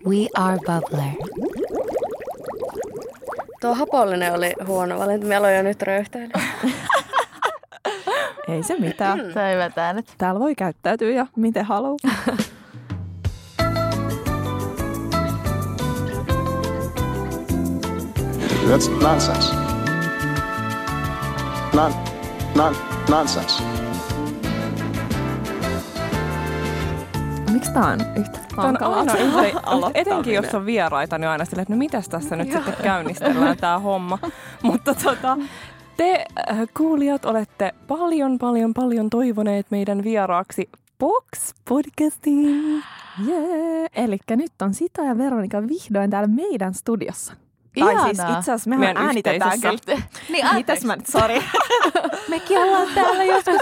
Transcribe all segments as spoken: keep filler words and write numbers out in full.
We are bubbler. Tuo hapollinen oli huono valinta. Meillä on jo nyt röyhtäily. Ei se mitään. Mm. Tämä hyvät äänet. Täällä voi käyttäytyä jo miten haluaa. That's nonsense. Non, non, nonsense. Miksi tää on yhtä hankalaa? On aina, etenkin jos on vieraita, niin aina silleen, että no mitäs tässä nyt sitten käynnistellään tää homma. Mutta tota, te äh, kuulijat olette paljon, paljon, paljon toivoneet meidän vieraaksi Box-podcastiin. Jee! Elikkä nyt on Sita ja Veronika vihdoin täällä meidän studiossa. Ihanaa. Tai siis itse asiassa mehän Meidän äänitetään kyllä. Niin, Mitäs mä nyt, sori. Mekin ollaan täällä joskus.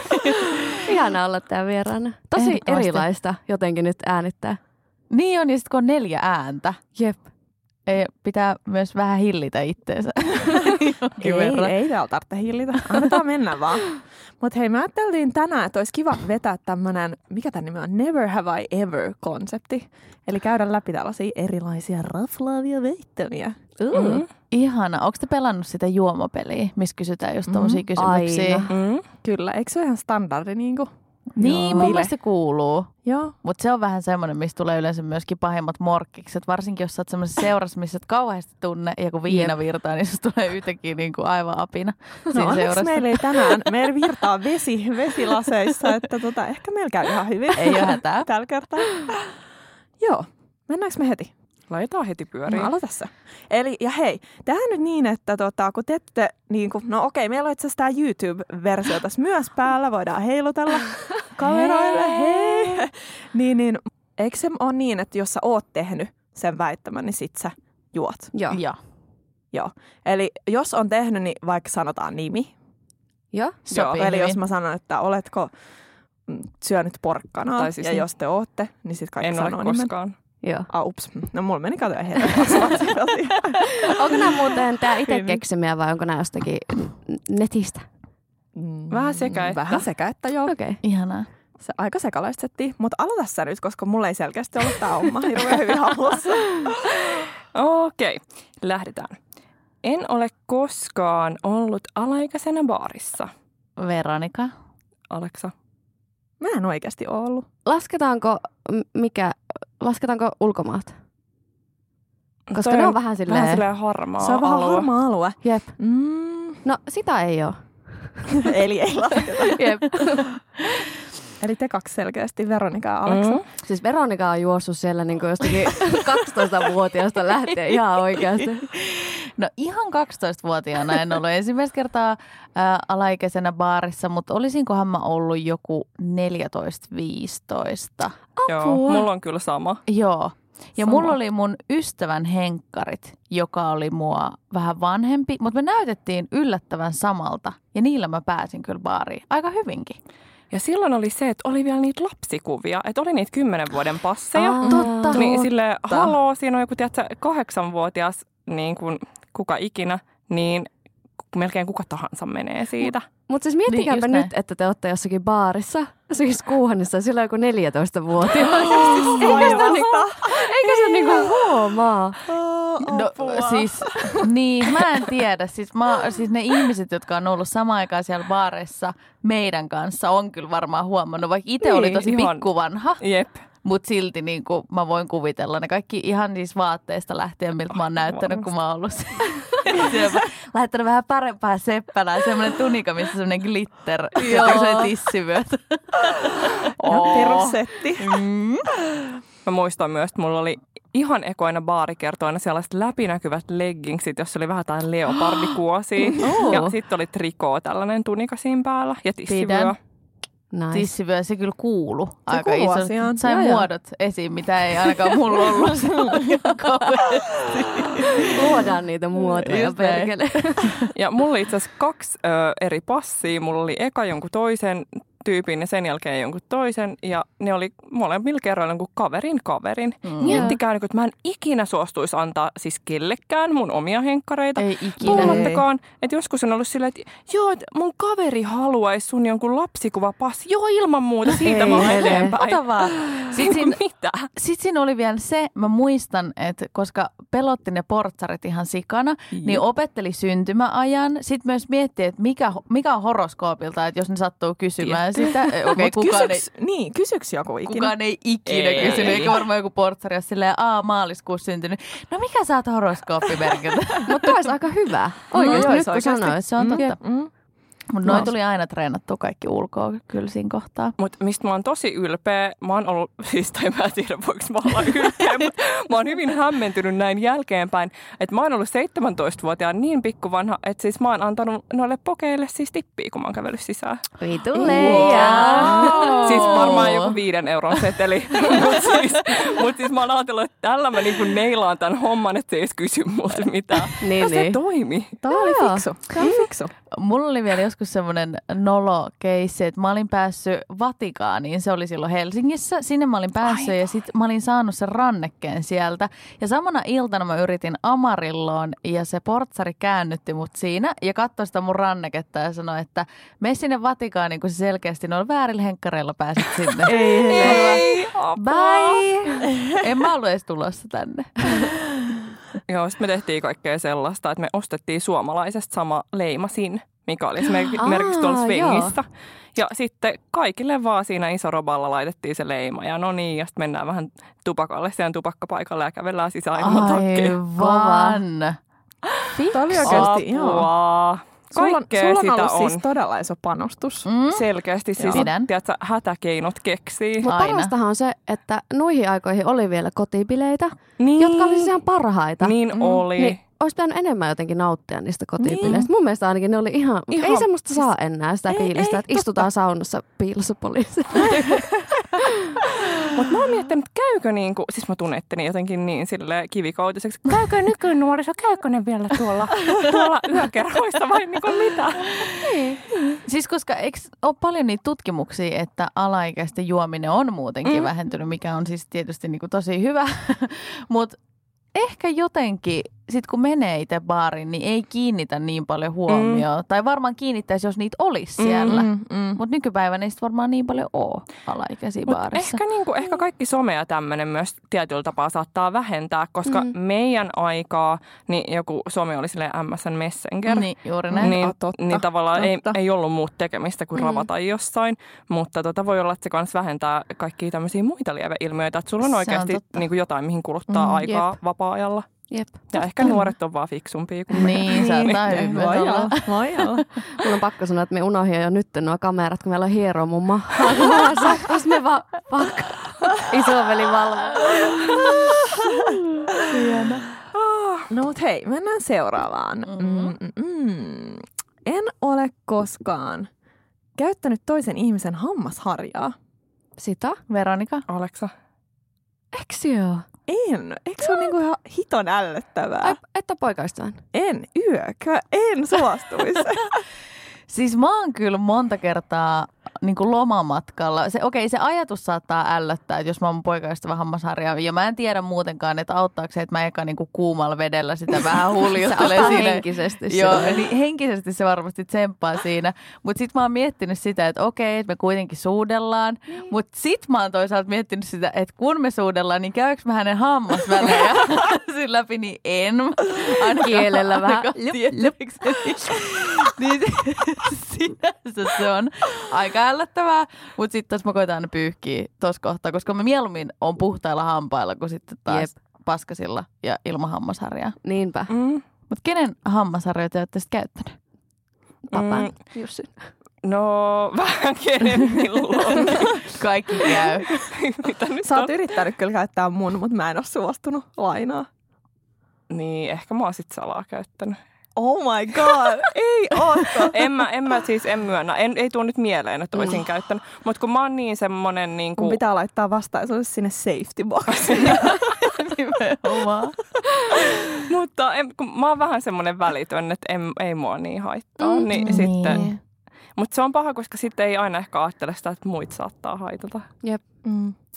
Ihanaa olla täällä vieraana. Tosi erilaista jotenkin nyt äänittää. Niin on, ja sitten kun on neljä ääntä. Jep. Ei, pitää myös vähän hillitä itteensä. ei, ei täällä tarvitse hillitä. Annetaan mennä vaan. Mutta hei, me ajatteltiin tänään, että olisi kiva vetää tämmönen, mikä tämän nimi on, Never Have I Ever-konsepti. Eli käydä läpi tällaisia erilaisia raflaavia veittämiä. Uh. Mm. Ihana. Onko te pelannut sitä juomapeliä, missä kysytään just tommosia mm. kysymyksiä? Mm. Kyllä, eikö se ole ihan standardi niin kuin? Niin, mun mielestä se kuuluu. Joo. Mutta se on vähän semmoinen, mistä tulee yleensä myöskin pahimmat morkkikset. Varsinkin, jos sä oot semmoisessa seurassa, missä et kauheasti tunne, ja kun viina virtaa, niin se tulee yhtäkkiä niin kuin aivan apina. No onneksi meillä ei tänään, meillä virtaa vesi vesilaseissa, että tota, ehkä meillä käy ihan hyvin. Ei ole hätää. Tällä kertaa. Joo, mennäänkö me heti? Laitetaan heti pyöriin. No aloita tässä. Eli, ja hei, tehdään nyt niin, että tota, kun te ette, niin kuin, no okei, meillä on itse asiassa tämä YouTube-versio tässä myös päällä, voidaan heilutella kameroille, hei. hei. Niin, niin, eikö se ole niin, että jos sä oot tehnyt sen väittämän, niin sit sä juot? Joo. Joo. Joo. Eli jos on tehnyt, niin vaikka sanotaan nimi. Joo. Joo. Eli hyvin. Jos mä sanon, että oletko syönyt porkkanaa, siis ja jos te ootte, niin sit kaikki en sanoo ole nimen. koskaan. Joo. Ah, ups. No mulla meni katsoa heille. Onko nämä muuten tää itse keksimiä vai onko nämä jostakin netistä? Mm, Vähän sekä että. Vähän sekä että, joo. Okei. Okay. Ihanaa. Se aika sekalaista settiä, mutta aloita sä nyt, koska mulla ei selkeästi ollut tää homma hirveän hyvin hallussa. Okei, okay. Lähdetään. En ole koskaan ollut alaikäisenä baarissa. Veronika. Aleksa. Mä en oikeasti ole ollut. Lasketaanko, mikä, lasketaanko ulkomaat? Koska Toi ne on vähän silleen... Vähän silleen harmaa Se on vähän alue. harmaa alue. Jep. Mm. No sitä ei ole. Eli ei lasketa. Jep. Eli te kaksi selkeästi, Veronika ja Aleksa. Mm. Siis Veronika on juossut siellä niin kuin jostakin kaksitoistavuotiaasta lähtien ihan oikeasti. No ihan kaksitoistavuotiaana en ollut ensimmäistä kertaa ää, alaikäisenä baarissa, mutta olisinkohan mä ollut joku neljätoista viisitoista. Joo, mulla on kyllä sama. Joo. Ja Sama. mulla oli mun ystävän henkkarit, joka oli mua vähän vanhempi, mutta me näytettiin yllättävän samalta ja niillä mä pääsin kyllä baariin aika hyvinkin. Ja silloin oli se, että oli vielä niitä lapsikuvia, että oli niitä kymmenen vuoden passeja. Aa, totta. Niin silleen, haloo, siinä on joku, tiedätkö, kahdeksanvuotias, niin kuin kuka ikinä, niin melkein kuka tahansa menee siitä. Mutta siis miettikääpä niin, nyt, että te olette jossakin baarissa, siis Kuuhannissa, sillä on joku neljätoistavuotias. Oh, eikä se niinku, eikä se niinku huomaa. No siis, niin mä en tiedä. Siis, mä, siis ne ihmiset, jotka on ollut samaan aikaan siellä baareissa meidän kanssa, on kyllä varmaan huomannut, vaikka itse niin, oli tosi ihan pikkuvanha. Jep. Mutta silti niin kuin mä voin kuvitella ne kaikki ihan siis vaatteista lähtien, miltä mä oon näyttänyt, kun mä oon ollut siellä. Lähettänyt vähän parempaa seppälää, semmoinen tunika, missä semmoinen glitter, semmoinen tissivyöt. Ihan perussetti. Mm. Mä muistan myös, että mulla oli ihan ekoina baarikertoina sellaiset läpinäkyvät leggingsit, jossa oli vähän jotain leopardikuosia. Oh. Ja sitten oli trikoo, tällainen tunika siinä päällä ja tissivyö. Pidän. Nice. Tissivyö, se kyllä kuulu. Se aika kuuluu iso. asiaan. Sai Joo, muodot joo. esiin, mitä ei ainakaan mulla ollut kauheasti. Luodaan niitä muotoja, perkele. Ja mulla oli itse asiassa kaksi ö, eri passia. Mulla oli eka jonkun toisen tyypin ja sen jälkeen jonkun toisen. Ja ne oli molemmilla kerroilla jonkun kaverin kaverin. Mm. Miettikää, että mä en ikinä suostuisi antaa siis kellekään mun omia henkkareita. Ei ikinä. Puhumattakaan, että joskus on ollut silleen, että joo, että mun kaveri haluaisi sun jonkun lapsikuvapassi. Joo, ilman muuta, siitä mä eteenpäin. Ota vaan. Sitten siinä, Mitä? sit siinä oli vielä se, mä muistan, että koska pelotti ne portsarit ihan sikana, Jep. niin opetteli syntymäajan. Sitten myös mietti, että mikä, mikä on horoskoopilta, että jos ne sattuu kysymään sitä. Okei, okay, Mut kukaan, kysyks, ei, niin, kysyks joku ikinä? kukaan ei ikinä Ei. kysynyt, eikä varmaan joku portsari ole silleen, aa, maaliskuussa syntynyt. No mikä sä oot horoskooppimerkiltä? Mutta toi olisi aika hyvä. Oikeasti No, nyt kun oikeasti. sanoit. Se on totta. Mm. Mutta noin tuli aina treenattua kaikki ulkoa kyllä siinä kohtaa. Mutta mistä mä oon tosi ylpeä, mä oon ollut, siis tai mä en tiedä voiko mä olla ylpeä, mutta mä oon hyvin hämmentynyt näin jälkeenpäin, että mä oon ollut seitsemäntoistavuotiaan niin pikkuvanha, että siis mä oon antanut noille pokeille siis tippiä, kun mä oon kävellyt sisään. Vitu Wow. Leija. Siis varmaan joku viiden euron seteli, mutta siis, mut siis mä oon ajatellut, että tällä mä niinku neilaan tämän homman, että se ei edes kysy multa mitään. Niin, Ja se niin. toimi. Tämä oli Joo. fiksu. Tämä oli fiksu. Mulla oli vielä joskus semmoinen nolo-keissi, että mä olin päässyt Vatikaaniin, se oli silloin Helsingissä. Sinne mä olin päässyt ja sitten mä olin saanut sen rannekkeen sieltä. Ja samana iltana mä yritin Amarilloon ja se portsari käännytti mut siinä ja katsoi sitä mun ranneketta ja sanoi, että mene sinne Vatikaaniin, kun se selkeästi noilla väärillä henkkareilla pääsit sinne. Ei, Ei, apua. Bye! En mä ollut edes tulossa tänne. Joo, sitten me tehtiin kaikkea sellaista, että me ostettiin suomalaisesta sama leimasin, mikä oli esimerkiksi tuolla Aa, Svengissä. Ja sitten kaikille vaan siinä isoroballa laitettiin se leima. Ja no niin, ja sitten mennään vähän tupakalle siihen tupakkapaikalle ja kävellään sisään ilman takkia. Aivan. Tämä oli oikeasti, joo. Apua. Sulla, on- Kaikkea sulla on sitä ollut on. siis todella iso panostus. Mm? Selkeästi siis, Pidän. tiedätkö, hätäkeinot keksii. Mutta Aina. parastahan on se, että noihin aikoihin oli vielä kotibileitä, Niin, jotka oli siis ihan parhaita. niin Mm. oli. Niin olisi pitänyt enemmän jotenkin nauttia niistä kotibileistä. Niin. Mun mielestä ainakin ne oli ihan, Ihan- ei semmoista saa enää sitä Ei, fiilistä, ei, että istutaan saunassa piilossa poliisi. Mutta mä oon miettinyt, käykö niin kuin, siis mä tunnen itteni jotenkin niin sille kivikautiseksi. Käykö nykynuoriso, käykö ne vielä tuolla, tuolla yökerhoissa vai niin kuin mitä? Siis koska eikö ole paljon niitä tutkimuksia, että alaikäisten juominen on muutenkin mm. vähentynyt, mikä on siis tietysti niinku tosi hyvä, mutta ehkä jotenkin, sit kun menee itse baariin, niin ei kiinnitä niin paljon huomioon. Mm. Tai varmaan kiinnittäisi, jos niitä olisi siellä. Mm, mm. Mutta nykypäivänä ei sit varmaan niin paljon ole alaikäisiä Mut baarissa. ehkä, niinku, ehkä kaikki some ja tämmöinen myös tietyllä tapaa saattaa vähentää, koska mm. meidän aikaa niin joku some oli silleen M S N Messenger. Niin, juuri näin. Niin, Oh, totta, niin tavallaan ei, totta. ei ollut muut tekemistä kuin mm. ravata jossain, mutta tota, voi olla, että se kans vähentää kaikkia tämmöisiä muita lieveilmiöitä, että sulla on Se on oikeasti totta. niin kuin jotain, mihin kuluttaa Mm, aikaa jep. vapaa-ajalla. Jep. Ja ehkä nuoret on vaan fiksumpia kuin me. Niin, saattaa hyvin Voi olla. olla, voi olla. Mulla on pakko sanoa, että me unohdin jo nyt nuo kamerat, kun meillä on hieroa mun mahaa. Jos me vaan pakko. Isoveli valvoo. No mut hei, mennään seuraavaan. Mm-hmm. Mm-mm. En ole koskaan käyttänyt toisen ihmisen hammasharjaa. Sitä? Veronika? Aleksa? Eks joo? En. Eikö se ole niinku ihan hiton ällöttävää? Ai, että poikaystävän. En. Yökö? En suostuisi. Siis mä oon kyllä monta kertaa niin kuin lomamatkalla. Se, okei, se ajatus saattaa ällöttää, että jos mä oon mun poikaystävän hammasharjaa, ja mä en tiedä muutenkaan, että auttaako se, että mä eka niin kuin kuumalla vedellä sitä vähän huljuttelen siinä. henkisesti Joo, silloin. niin henkisesti se varmasti tsemppaa siinä. Mutta sit mä oon miettinyt sitä, että okei, että me kuitenkin suudellaan. Niin. Mutta sit mä oon toisaalta miettinyt sitä, että kun me suudellaan, niin käykö mä hänen hammasvälejä siinä läpi, niin en. Ainakaan, Kielellä vähän. ainakaan tiettäväkseni. Niin sinänsä se on aika ällöttävää, mutta sitten jos mä koitan aina pyyhkiä tuossa kohtaa, koska mä mieluummin on puhtailla hampailla kuin sitten taas Jep. paskasilla ja ilman hammasharjaa. Niinpä. Mm. Mutta kenen hammasharjoja te olette sitten käyttänyt? Papan. Mm. Jussi. No, vähän kenen milloin. Kaikki käy. Mitä nyt Sä on? oot yrittänyt kyllä käyttää mun, mutta mä en ole suostunut lainaa. Niin, ehkä mä oon sit salaa käyttänyt. Oh my god, ei ootko. En mä, en mä siis en myönnä. En, ei tuo nyt mieleen, että olisin käyttänyt. Mutta kun mä oon niin semmonen niin Mun kuin... pitää laittaa vastaisuudessa sinne safety boxiin. Nimenomaan. Mutta en, kun mä oon vähän semmonen välitön, että en, ei mua niin haittaa. Mm, niin, niin. sitten, mutta se on paha, koska sitten ei aina ehkä ajattele sitä, että muit saattaa haitata. Jep. Mm.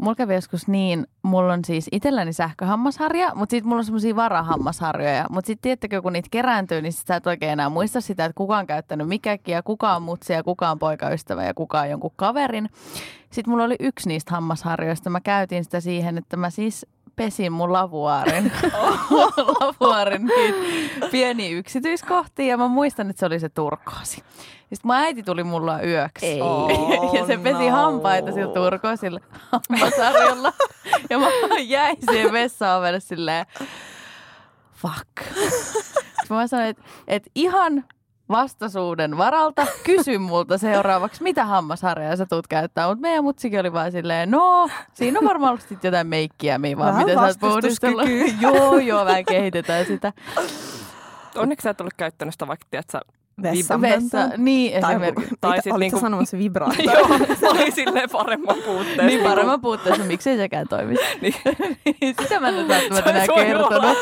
mulla kävi joskus niin, mulla on siis itselläni sähköhammasharja, mutta sitten mulla on semmoisia varahammasharjoja. Mutta sitten tiedättekö, kun niitä kerääntyy, niin sit sä et oikein enää muista sitä, että kuka on käyttänyt mikäkin ja kuka on mutsi ja kuka on poikaystävä ja kuka on jonkun kaverin. Sitten mulla oli yksi niistä hammasharjoista. Mä käytin sitä siihen, että mä siis pesin mun lavuaarin, lavuaarin niitä pieniä yksityiskohtia ja mä muistan, että se oli se turkoosi. Sitten mun äiti tuli mulla yöksi Ei. Oh, ja se pesi no. hampaita sillä turkoosilla hammasharjalla ja mä jäin siihen vessaovelle silleen fuck. Sitten mä sanoin, että, että ihan vastaisuuden varalta kysy multa seuraavaksi, mitä hammasharjaa sä tuut käyttää. Mutta meidän mutsikin oli vaan silleen, no, siinä on varmaan ollut sit jotain meikkiä, mihin vaan vähän mitä sä oot puhdistellut. Joo, joo, vähän kehitetään sitä. Onneksi sä et ollut käyttänyt sitä vaikka, tiedät sä, Vessan Vessa, pöntön. niin Tai, esimerkiksi. tai tai sit olitko niinku- sanomassa vibraattori? Joo, se oli silleen paremman puutteessa. Niin paremman puutteessa, miksei sekään toimi. Niin. Sitä mä en nyt välttämättä enää Se voi kertonut.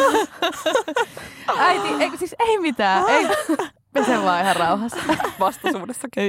Äiti, eikö siis ei mitään. Ei, pese vaan ihan rauhassa. Vastaisuudessakin.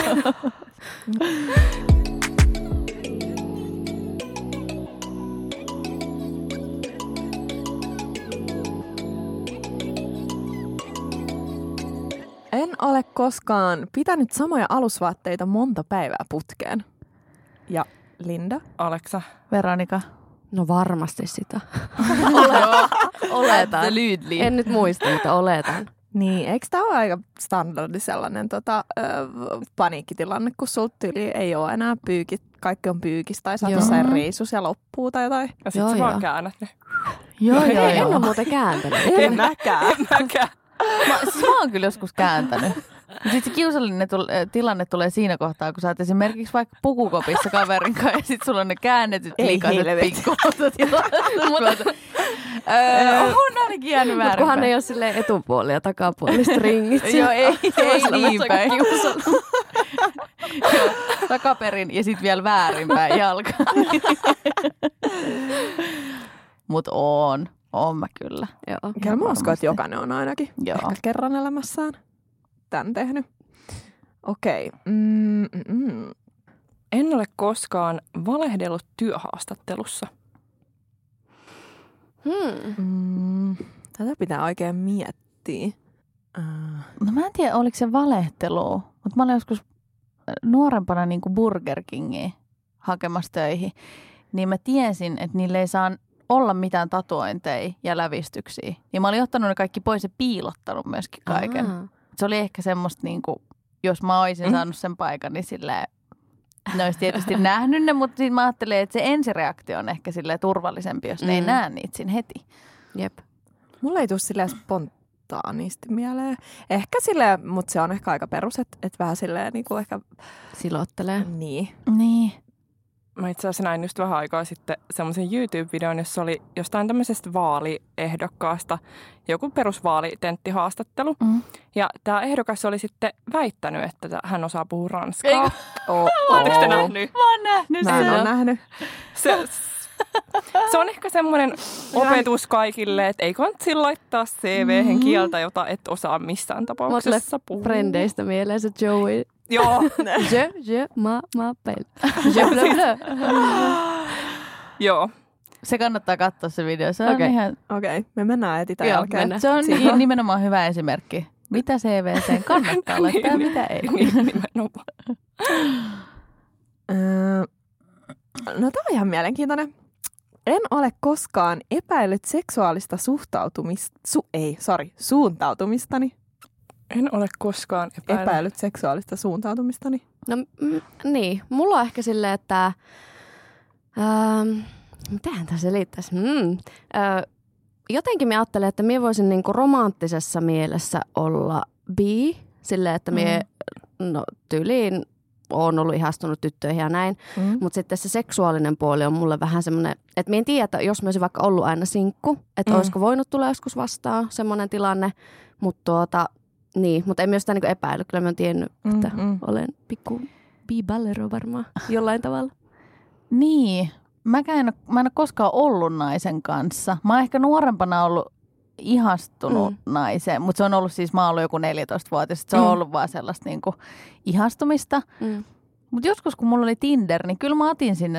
En ole koskaan pitänyt samoja alusvaatteita monta päivää putkeen. Ja Linda? Aleksa. Veronika. No varmasti sitä. Oletan. Absolutely. En nyt muista, mutta oletan. Niin, eikö tämä ole aika standardi sellainen tota, ö, paniikkitilanne, kun sulta yli ei ole enää pyykit, kaikki on pyykistä tai sä oot Joo. jossain reissus ja loppuu tai jotain? Ja sit Joo, sä vaan joo. käännät ne. Joo, joo, En ole joo. muuten kääntänyt. En mäkään. Mäkään. Mä, siis mä oon kyllä joskus kääntänyt. Sitten se kiusallinen tule, tilanne tulee siinä kohtaa, kun sä oot esimerkiksi vaikka pukukopissa kaverin kanssa ja sit sulla on ne käännetyt Ei likaiset helvetti. pikkuautotilat. öö, on ainakin jäänyt Mutta väärin. kunhan ei ole silleen etupuoli ja takapuoli stringit. Joo, ei, ei olla niin myös päin. aika kiusallista. Joo, takaperin ja sitten vielä väärinpäin jalka. Mut on, on mä kyllä. Joo. Kyllä mä uskon, varmasti. että jokainen on ainakin Joo. ehkä kerran elämässään tän tehnyt. Okei. Okay. Mm, mm, mm. En ole koskaan valehdellut työhaastattelussa. Hmm. Mm, tätä pitää oikein miettiä. Uh, No mä en tiedä, oliko se valehtelu, mutta mä olin joskus nuorempana niin kuin Burger Kingiin hakemassa töihin. Niin mä tiesin, että niille ei saa olla mitään tatuointeja ja lävistyksiä. Niin mä olin ottanut ne kaikki pois ja piilottanut myöskin kaiken. Aa. Se oli ehkä semmoista, niin kuin, jos mä olisin saanut sen paikan, niin silleen, ne olisi tietysti nähnyt ne, mutta sitten mä ajattelin, että se ensireaktio on ehkä silleen turvallisempi, jos ne ei Mm. näe niitä siinä heti. Jep. mulla ei tule silleen spontaanisti mieleen. Ehkä silleen, mutta se on ehkä aika perus, että et vähän silleen niin kuin ehkä... Silottelee. Niin. Niin. Mä itse asiassa näin just vähän aikaa sitten semmoisen YouTube-videon, jossa oli jostain tämmöisestä vaaliehdokkaasta joku perusvaalitenttihaastattelu. Mm. Ja tämä ehdokas oli sitten väittänyt, että tä- hän osaa puhua ranskaa. Eikö? Oh, Oletteko te nähnyt? Mä oon nähnyt Mä en sen. ole nähnyt. Se, se on ehkä semmoinen opetus kaikille, että ei kannattaa laittaa C V:hen kieltä, jota et osaa missään tapauksessa puhua. Frendeistä mieleensä Joey. Joo. Je, je, ma, ma, pel. Je, bleu, bleu. Joo. Se kannattaa katsoa se video. Se on Okei. ihan, Okei, me mennään eti tämän Joo, jälkeen. mennään. se on Siihen. ni- nimenomaan hyvä esimerkki. Mitä C V:seen kannattaa laittaa ja Niin, mitä ei. Niin, nimenomaan. Öö, no tämä on ihan mielenkiintoinen. En ole koskaan epäillyt seksuaalista suhtautumista, su, ei, sorry, suuntautumistani. En ole koskaan epäillyt. Epäillyt seksuaalista suuntautumistani. No mm, niin, mulla on ehkä silleen, että... Ähm, mitähän tässä selittäisi? Mm, äh, jotenkin mä ajattelen, että minä voisin niinku romanttisessa mielessä olla bi. Silleen, että minä no, tyyliin olen ollut ihastunut tyttöihin ja näin. Mm. Mutta sitten se seksuaalinen puoli on mulle vähän semmoinen, että minä en tiedä, että jos mä olisin vaikka ollut aina sinkku, että Mm. olisiko voinut tulla joskus vastaan semmoinen tilanne. Mutta tuota, niin, mutta en myös sitä niinku epäily. Kyllä mä oon tiennyt, että Mm, mm. olen pikku bi-ballero varmaan jollain tavalla. Niin. Mäkään en, ole- mä en ole koskaan ollut naisen kanssa. Mä oon ehkä nuorempana ollut ihastunut Mm. mm. naiseen, mutta se on ollut siis, mä oon ollut joku neljätoistavuotias. Se on Mm. ollut vaan sellaista niinku ihastumista. Mm. Mutta joskus kun mulla oli Tinder, niin kyllä mä otin sinne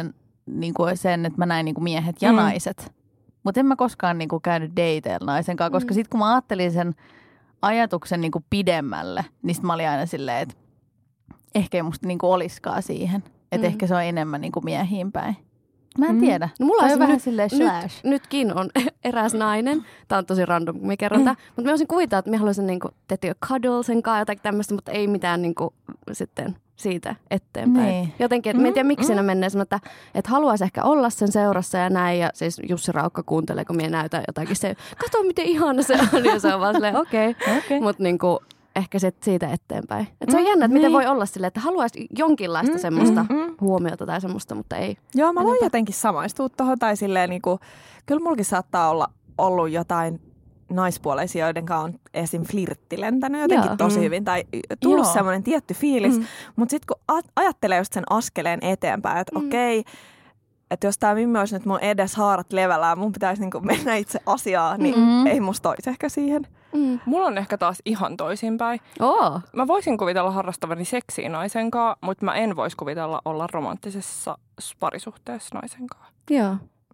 niin kuin sen, että mä näin niin kuin miehet ja Mm. naiset. Mutta en mä koskaan niin kuin käynyt dateilla naisenkaan, koska Mm. sitten kun mä ajattelin sen ajatuksen niin kuin pidemmälle, niin sit mä olin aina silleen, että ehkä ei musta niin kuin olisikaan siihen. Että Mm. ehkä se on enemmän niin kuin miehiin päin. Mä en Mm. tiedä. No mulla Toi on on vähän nyt, silleen nyt, slash. nytkin on eräs nainen. Tää on tosi random, kun mä kerron tää. Mutta mä voisin kuvitella, että mä haluaisin niinku, tehdä cuddle sen kanssa jotakin tämmöistä, mutta ei mitään niinku, sitten siitä eteenpäin. Niin. Jotenkin, että mä en tiedä miksi siinä menee sanoa, että, että haluaisi ehkä olla sen seurassa ja näin. Ja siis Jussi Raukka kuuntelee, kun minä näytän jotakin. Se, kato miten ihana se on. Ja se on vaan silleen, okei. Okay. Okay. Mutta niinku, ehkä sit siitä eteenpäin. Et se on jännä, että miten voi olla silleen, että haluaisi jonkinlaista Mm, semmoista mm, mm. huomiota tai semmoista, mutta ei. Joo, mä voin Enempää. jotenkin samaistua tuohon. Tai silleen, niin kuin, kyllä mullakin saattaa olla ollut jotain naispuoleisia, joiden kanssa on esim. Flirtti lentänyt jotenkin Joo. tosi Mm. hyvin. Tai tullut Joo. semmoinen tietty fiilis. Mm. Mutta sitten kun a- ajattelee just sen askeleen eteenpäin, että Mm. okei, että jos tämä Mimmi olisi nyt mun edes haarat levällään, mun pitäisi niinku mennä itse asiaan, niin Mm. ei musta olisi ehkä siihen. Mm. Mulla on ehkä taas ihan toisinpäin. Oo. Mä voisin kuvitella harrastavani seksiä naisen kanssa, mutta mä en voisi kuvitella olla romanttisessa parisuhteessa naisen kanssa. Joo.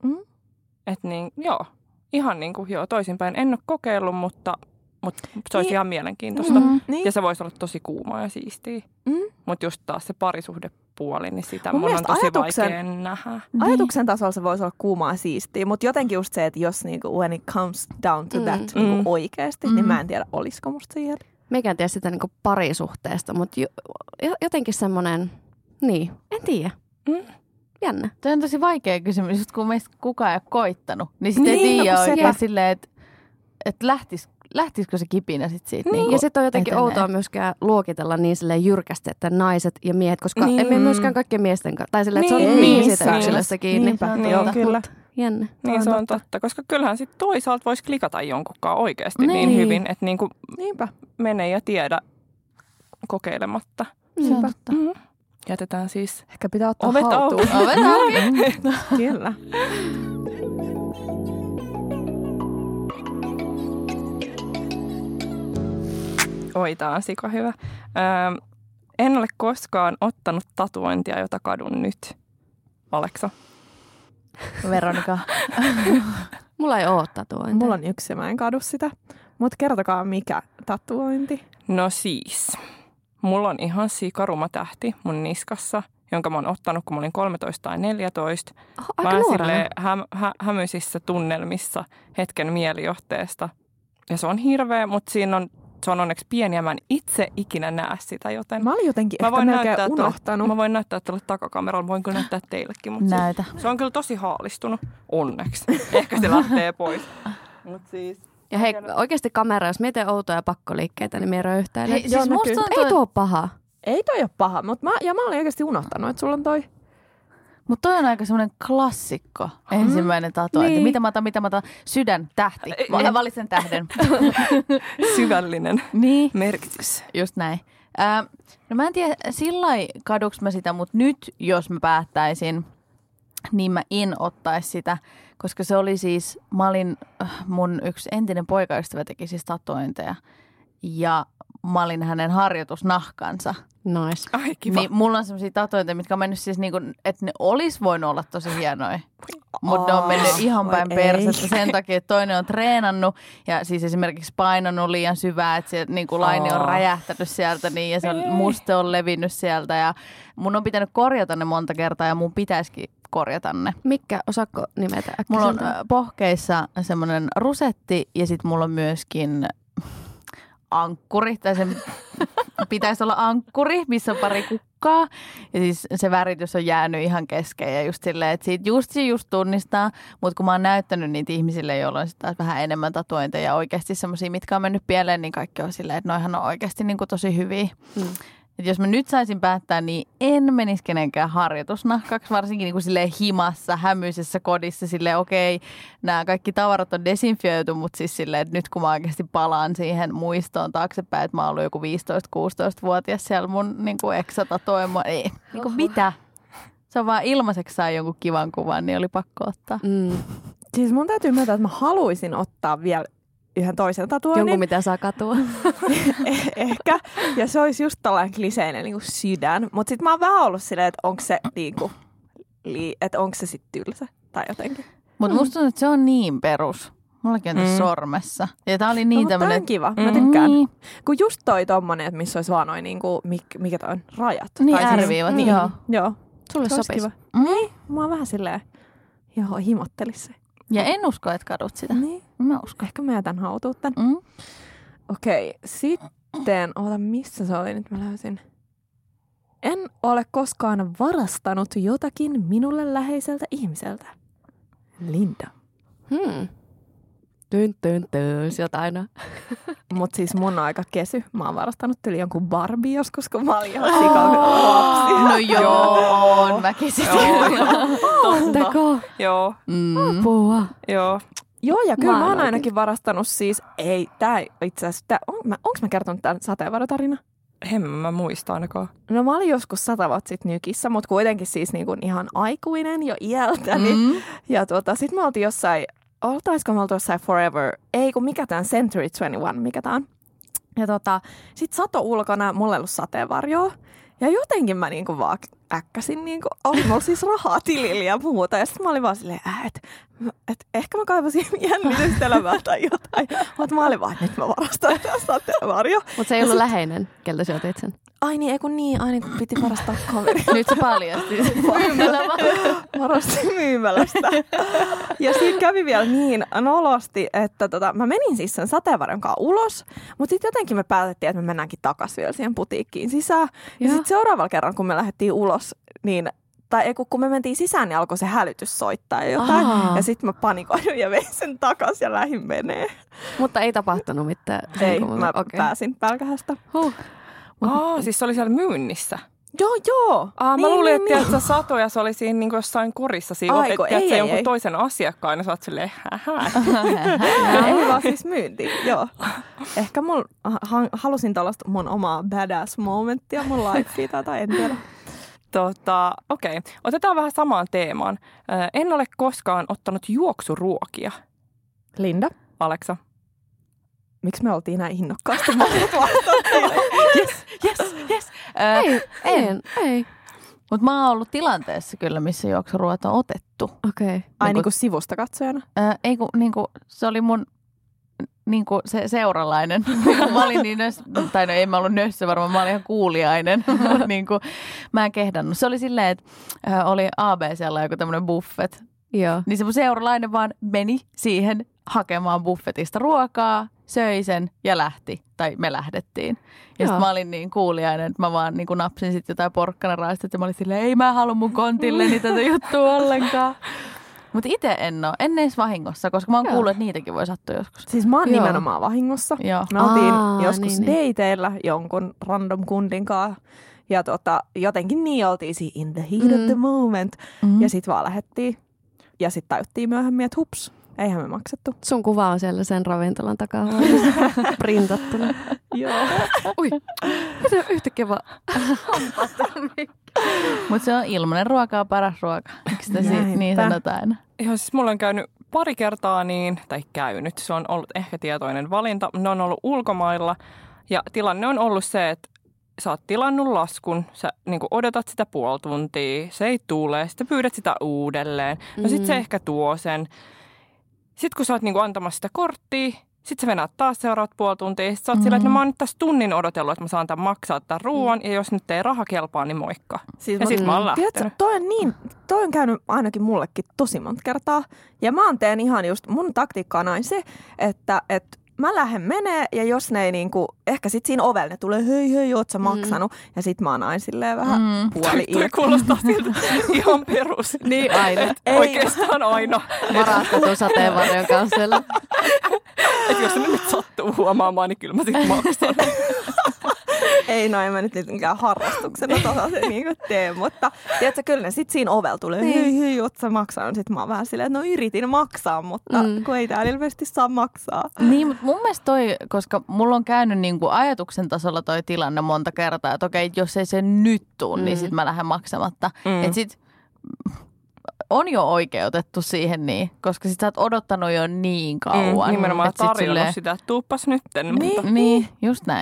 Et niin, joo, ihan niin kuin joo, toisinpäin. En ole kokeillut, mutta, mutta se olisi Niin. ihan mielenkiintoista. Mm. Niin. Ja se voisi olla tosi kuumaa ja siistiä. Mm. Mutta just taas se parisuhdepuoli, niin sitä Mun mun on mielestä tosi ajatuksen- vaikea nähdä. Ajatuksen tasolla se voisi olla kuumaa ja siistiä, mutta jotenkin just se, että jos niinku, when it comes down to Mm. that Mm. niinku oikeasti, Mm. niin mä en tiedä, olisiko musta siihen. Mekään tiedä sitä niinku parisuhteesta, mutta jo, jo- jotenkin semmoinen, niin, en tiedä. Mm. Jännä. Tuo on tosi vaikea kysymys, just kun meistä kukaan ei ole koittanut. Niin sitten Niin, ei tiedä no, oikein sepä. silleen, että et lähtis, lähtisikö se kipinä sit siitä. Niin, Niin ja sitten on jotenkin etenee. outoa myöskään luokitella niin silleen jyrkästi, että naiset ja miehet, koska Niin. emme myöskään kaikkien miesten kanssa. Tai silleen, että se Niin, on niin missään siitä yksilöstä kiinni. Niinpä. Niin on Mutta kyllä. Jännä. Niin se on on totta. totta, koska kyllähän sitten toisaalta voisi klikata jonkunkaan oikeasti niin, Niin. hyvin, että niin kuin Niinpä. menee ja tiedä kokeilematta. Se on totta. Mm. Jätetään siis Ehkä pitää ottaa Ovet haltuun. auki. Ovet auki. Kyllä. Oi, tää on sika hyvä. Öö, en ole koskaan ottanut tatuointia, jota kadun nyt. Aleksa? Veronika. Mulla ei ole tatuointia. Mulla on yksi ja mä en kadu sitä. Mutta kertokaa mikä tatuointi. No siis, mulla on ihan sikaruma tähti mun niskassa, jonka mä oon ottanut, kun mä olin kolmetoista tai neljätoista. Oh, Mä aika oon nuorena. silleen hä, hä, hämyisissä tunnelmissa hetken mielijohteesta. Ja se on hirveä, mutta siinä on, se on onneksi pieni ja mä en itse ikinä näe sitä, joten Mä olin jotenkin Mä ehkä voin melkein näyttää tuolle- unohtanut. mä voin näyttää tuolle takakameralla, voin kyllä näyttää teillekin, mutta Näytä. se on kyllä tosi haalistunut, onneksi. Ehkä se lähtee pois. Mut siis, Ja hei, oikeasti kamera, jos mietin outoja pakkoliikkeitä, niin mie röyhtäilen. Hei, siis musta näkyy. tuntuu, Ei tuo paha. Ei toi ole paha, mutta mä, ja mä olin oikeasti unohtanut, että sulla on toi. Mutta toi on aika semmoinen klassikko, ensimmäinen tatuointi. Niin. Mitä mä otan, mitä mä otan? Sydän, tähti. Mä valitsen tähden. syvällinen Niin, merkitys. just näin. Ää, no mä en tiedä, sillai kaduks mä sitä, mutta nyt jos mä päättäisin, niin mä en ottaisi sitä, koska se oli siis, mä olin, äh, mun yksi entinen poikaystävä teki siis tatuointeja ja mä olin hänen harjoitusnahkansa. Nice. Ai kiva. Niin mulla on semmosia tatuointeja, mitkä on mennyt siis niinku, että ne olisi voinut olla tosi hienoja. Mutta ne on mennyt ihan voi päin ei. persettä sen takia, että toinen on treenannut ja siis esimerkiksi painanut liian syvää, että se niinku laini on Aa. räjähtänyt sieltä niin ja se on, muste on levinnyt sieltä ja mun on pitänyt korjata ne monta kertaa ja mun pitäisikin korjata ne. Mikä, osaatko nimetä äkkiseltä? Mulla on äh, pohkeissa semmoinen rusetti ja sitten mulla on myöskin ankkuri, tai sen pitäisi olla ankkuri, missä on pari kukkaa. Ja siis se väritys on jäänyt ihan kesken ja just silleen, että siitä just se just tunnistaa. Mutta kun mä oon näyttänyt niitä ihmisille, joilla on sitten taas vähän enemmän tatuointeja oikeasti semmoisia, mitkä on mennyt pieleen, niin kaikki on silleen, että noihan on oikeasti niin kuin tosi hyviä. Mm. Et jos mä nyt saisin päättää, niin en menisi kenenkään harjoitusnahkaksi, varsinkin niin kuin silleen himassa, hämyisessä kodissa. Silleen okei, nämä kaikki tavarat on desinfioitu, mutta siis silleen, että nyt kun mä oikeasti palaan siihen muistoon taaksepäin, että mä oon ollut joku viisitoista-kuusitoista-vuotias siellä mun niin kuin eksatatoima. Ei, niin kuin mitä? Se on vaan ilmaiseksi saa jonkun kivan kuvan, niin oli pakko ottaa. Mm. Siis mun täytyy myöntää, että mä haluaisin ottaa vielä yhden toisen tatuoinnin. Jonkun mitä saa katua. Eh- Ehkä. Ja se olisi just tällainen kliseinen niin kuin sydän. Mutta sitten mä oon vähän ollut silleen, että onko se niin kuin että onko se sitten tylsä tai jotenkin. Mutta musta tuntuu, että se on niin perus. Mullakin on tässä mm. sormessa. Ja tää oli niin no, tämmönen... Mutta kiva, mä tykkään. Mm. Kun just toi tommonen, että missä olisi vaan noin niinku, mikä toi on, rajat. Niin tai ärviivät, siis, joo. Joo. Sulle se sopisi. Mm. Niin, mä oon vähän silleen, joo, himottelis se. Ja en usko, että kadut sitä. Niin. Mä uskon. Ehkä mä jätän hautuut tän. Mm. Okei, okay, sitten, oota missä se oli, nyt mä löysin. En ole koskaan varastanut jotakin minulle läheiseltä ihmiseltä. Linda. Hmm. Tyn, tyn, tyn, sieltä aina. Mut siis mun on aika kesy. Mä oon varastanut yli jonkun Barbie joskus, kun mä olin ihan sikan lapsi. No joo, on väkisin. Teko. Joo, Mm. Apua. joo. Joo, ja kyllä Mä mä, en oon oikein. ainakin varastanut siis, ei, tää ei itse asiassa, tää, on, mä, onks mä kertonut tämän sateenvarjotarina? En mä muista ainakaan. No mä olin joskus sata vuotta sitten Nykissä, mutta kuitenkin siis niinku ihan aikuinen jo iältäni. Mm. Ja tuota, sit me oltiin jossain, oltaisiko me oltu jossain Forever, ei kun mikä tää on, Century kaksikymmentäyksi, mikä tää on. Ja tota, sit sato ulkona, mulla ei ollut sateenvarjoa. Ja jotenkin mä niinku vaan äkkäsin, niinku, oli mulla siis rahaa tilillä ja muuta. Ja sit mä olin vaan silleen, äh, että et, ehkä mä kaivasin jännitystä elämää tai jotain. Mutta mä olin vaan, että nyt mä varastan tämän sateenvarjo. Mutta se ei ollut läheinen, keltä sä otit sen. Ai niin, ei kun niin, aina kun piti varastaa kaveri. Nyt se paljasti. Varastin myymälästä. Ja siinä kävi vielä niin nolosti, että tota, mä menin siis sen sateenvarjon kanssa ulos, mutta sitten jotenkin me päätettiin, että me mennäänkin takaisin vielä siihen putiikkiin sisään. Ja, ja sitten seuraavalla kerralla, kun me lähdettiin ulos, niin tai ei, kun me mentiin sisään, niin alkoi se hälytys soittaa ja jotain. Aa. Ja sitten mä panikoin ja vein sen takaisin ja lähdin menee. Mutta ei tapahtunut mitään. Ei, Niin kuin- mä okei. pääsin pälkähästä. Huh. Aa, siis se oli siellä myynnissä. Joo, joo. Aa, mä Niin, luulin, niin, että niin. sä Satu ja se oli siinä niin jossain korissa. Siinä Aiko, että ei, tiedät, sä ei, jonkun ei. toisen asiakkaan ja sä oot silleen, hähä. Ei vaan siis myynti, joo. Ehkä mul, ha, halusin tällaista mun omaa badass momenttia mun lifea tai en tiedä. Tota, okei, okay. Otetaan vähän samaan teemaan. Ö, en ole koskaan ottanut juoksuruokia. Linda, Aleksa. miksi me oltiin näin innokkaasti? Mä vastattiin. Yes, yes, yes. Ö, Ei, en, ei. Mutta mä oon ollut tilanteessa kyllä, missä juoksuruot on otettu. Okei. Ai Niinku- niinku sivusta katsojana? Ö, ei kun niinku, se oli mun niinku se seuralainen. Mä olin niin nös, tai no ei mä ollut nössö varmaan, mä olin ihan kuuliainen. Mut niinku, mä en kehdannut. Se oli silleen, että ö, oli A B C:llä joku tämmönen buffet. Joo. Niin se mun seuralainen vaan meni siihen hakemaan buffetista ruokaa, söi sen ja lähti. Tai me lähdettiin. Ja sitten mä olin niin kuuliainen, että mä vaan niin napsin sitten jotain porkkanaraistet ja mä olin silleen, ei mä halua mun kontilleni tätä juttua ollenkaan. Mutta itse en ole, en edes vahingossa, koska mä oon kuullut, että niitäkin voi sattua joskus. Siis mä oon Joo. nimenomaan vahingossa. Joo. Me oltiin Aa, joskus niin, niin. dateilla jonkun random kundin kanssa. Ja tota, jotenkin niin oltiin siinä in the heat Mm. of the moment. Mm. Ja sit vaan lähdettiin. Ja sit tajuttiin myöhemmin, että hups, eihän me maksettu. Sun kuva on siellä sen ravintolan takaa printattuna. Joo. Ui, mitä yhtäkkiä vaan. Mutta se on ilmainen ruoka on paras ruoka. Eikö sitä si- niin Näinpä. sanotaan aina? Ihan siis mulla on käynyt pari kertaa niin, tai käynyt, se on ollut ehkä tietoinen valinta. Ne on ollut ulkomailla ja tilanne on ollut se, että sä oot tilannut laskun, sä niin kuin odotat sitä puoli tuntia, se ei tule, sitten pyydät sitä uudelleen. No sit se ehkä tuo sen. Sitten kun sä oot niin kuin antamassa sitä korttia, sitten sä venät taas seuraavat puoli tuntia. Sitten sä oot mm-hmm. silleen, että no mä oon nyt tässä tunnin odotellut, että mä saan tämän maksaa tämän ruoan. Ja jos nyt ei raha kelpaa, niin moikka. Siis Ja sit mä oon Tiedätkö, lähtenyt. toi on, niin, toi on käynyt ainakin mullekin tosi monta kertaa. Ja mä oon teen ihan just, mun taktiikka on aina se, että, että mä lähden menee ja jos ne ei niinku, ehkä sit siinä ovella ne tulee, hei hei, oot sä maksanut? Mm. Ja sit mä oon aina silleen vähän Mm. puoli Toi kuulostaa siltä ihan perus. Niin aina. Ei. Oikeastaan aina. Varastetun sateenvarjon kanssa siellä. Että jos se nyt sattuu huomaamaan, niin kyllä mä sit maksan. Ei, no en mä nyt mitenkään harrastuksena tota se niinku tee, mutta tiedätkö, kyllä ne sit siinä ovella tulee, Niin. hei hei, oot sä maksanut? Sit mä oon vähän silleen, että no yritin maksaa, mutta Mm. kun ei täällä ilmeisesti saa maksaa. Niin, mutta mun mielestä toi, koska mulla on käynyt niinku ajatuksen tasolla toi tilanne monta kertaa, että okei, jos ei se nyt tuu, mm. niin sit mä lähden maksamatta. Mm. Että sit on jo oikeutettu siihen niin, koska sit sä oot odottanut jo niin kauan. Mm, nimenomaan Et sit tarjonnut silleen- sitä, että tuuppas nytten. Niin. Mutta Niin, just näin.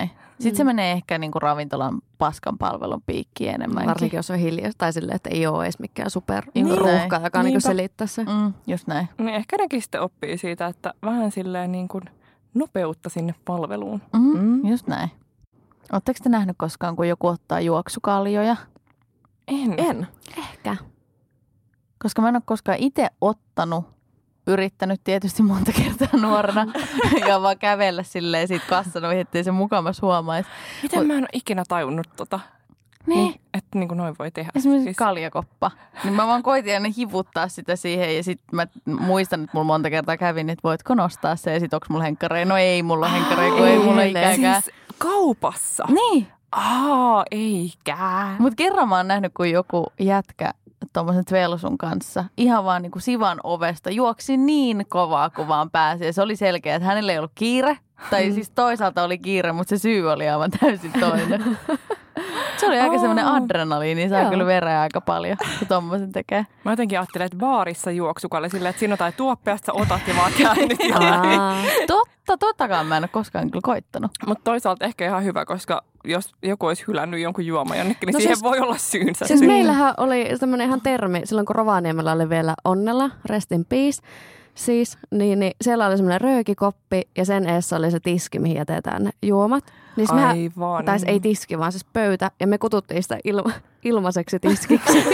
Sitten mm. se menee ehkä niinku ravintolan paskan palvelun piikkiin enemmänkin. Varsinkin jos on hiljaa tai silleen, että ei ole edes mikään super Niin. ruuhka, joka niinku selittää se. Mm, just näin. Niin ehkä nekin sitten oppii siitä, että vähän silleen niin kuin nopeutta sinne palveluun. Mm, Mm. just näin. Oletteko te nähnyt koskaan, kun joku ottaa juoksukaljoja? En. En. Ehkä. Koska mä en ole koskaan itse ottanut, yrittänyt tietysti monta kertaa nuorena ja vaan kävellä silleen siitä kassan ohi, ettei se mukamas huomaisi. Miten mä en ole ikinä tajunnut tota, Niin. että niin kuin noin voi tehdä. Esimerkiksi Siis- kaljakoppa. Niin mä vaan koitin aina hivuttaa sitä siihen ja sitten mä muistan, että mulla monta kertaa kävin, että voitko nostaa se ja sit onko mulla henkkareja. No ei mulla henkkareja, kun ei mulla ikääkään. Siis kaupassa? Niin. Aa, eikä. Mutta kerran mä oon nähnyt, kun joku jätkä tuommoisen Tvelsun kanssa ihan vaan niinku sivan ovesta juoksi niin kovaa, kun vaan pääsi. Ja se oli selkeä, että hänellä ei ollut kiire. Tai siis toisaalta oli kiire, mutta se syy oli aivan täysin toinen. Se oli aika Oh. semmoinen adrenaliini, saa Joo. kyllä vereä aika paljon, kun tommosen tekee. Mä jotenkin ajattelen, että baarissa juoksukalle silleen, että siinä on jotain tuoppia, sä otat ja vaan käännyt. Aa. Totta, tottakaan mä en ole koskaan kyllä koittanut. Mutta toisaalta ehkä ihan hyvä, koska jos joku olisi hylännyt jonkun juoman jonnekin, niin No siihen siis- voi olla syynsä. Siis Siis meillähän oli tämmöinen ihan termi, silloin kun Rovaniemellä oli vielä Onnella, rest in peace, siis, niin, niin siellä oli semmoinen röökikoppi ja sen eessä oli se tiski, mihin jätetään ne juomat. Niin siis mehän, Aivan. tai siis ei tiski, vaan siis pöytä, ja me kututtiin sitä ilma, ilmaiseksi tiskiksi.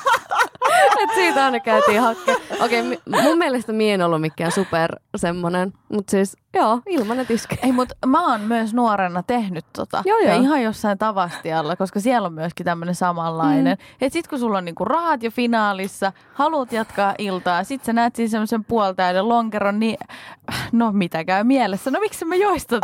Et siitä aina käytiin hakkeen. Okei, mi- mun mielestä mie en ollut mikään super semmonen, mutta siis joo, ilmanen tiski. Ei, mutta mä oon myös nuorena tehnyt tota. Joo, ja joo. ihan jossain Tavastialla, koska siellä on myöskin tämmöinen samanlainen. Mm. Että sit kun sulla on niinku rahat jo finaalissa, haluat jatkaa iltaa, sit sä näet siinä semmoisen puoltäyden lonkeron, niin no mitä käy mielessä? No miksi mä jois tota?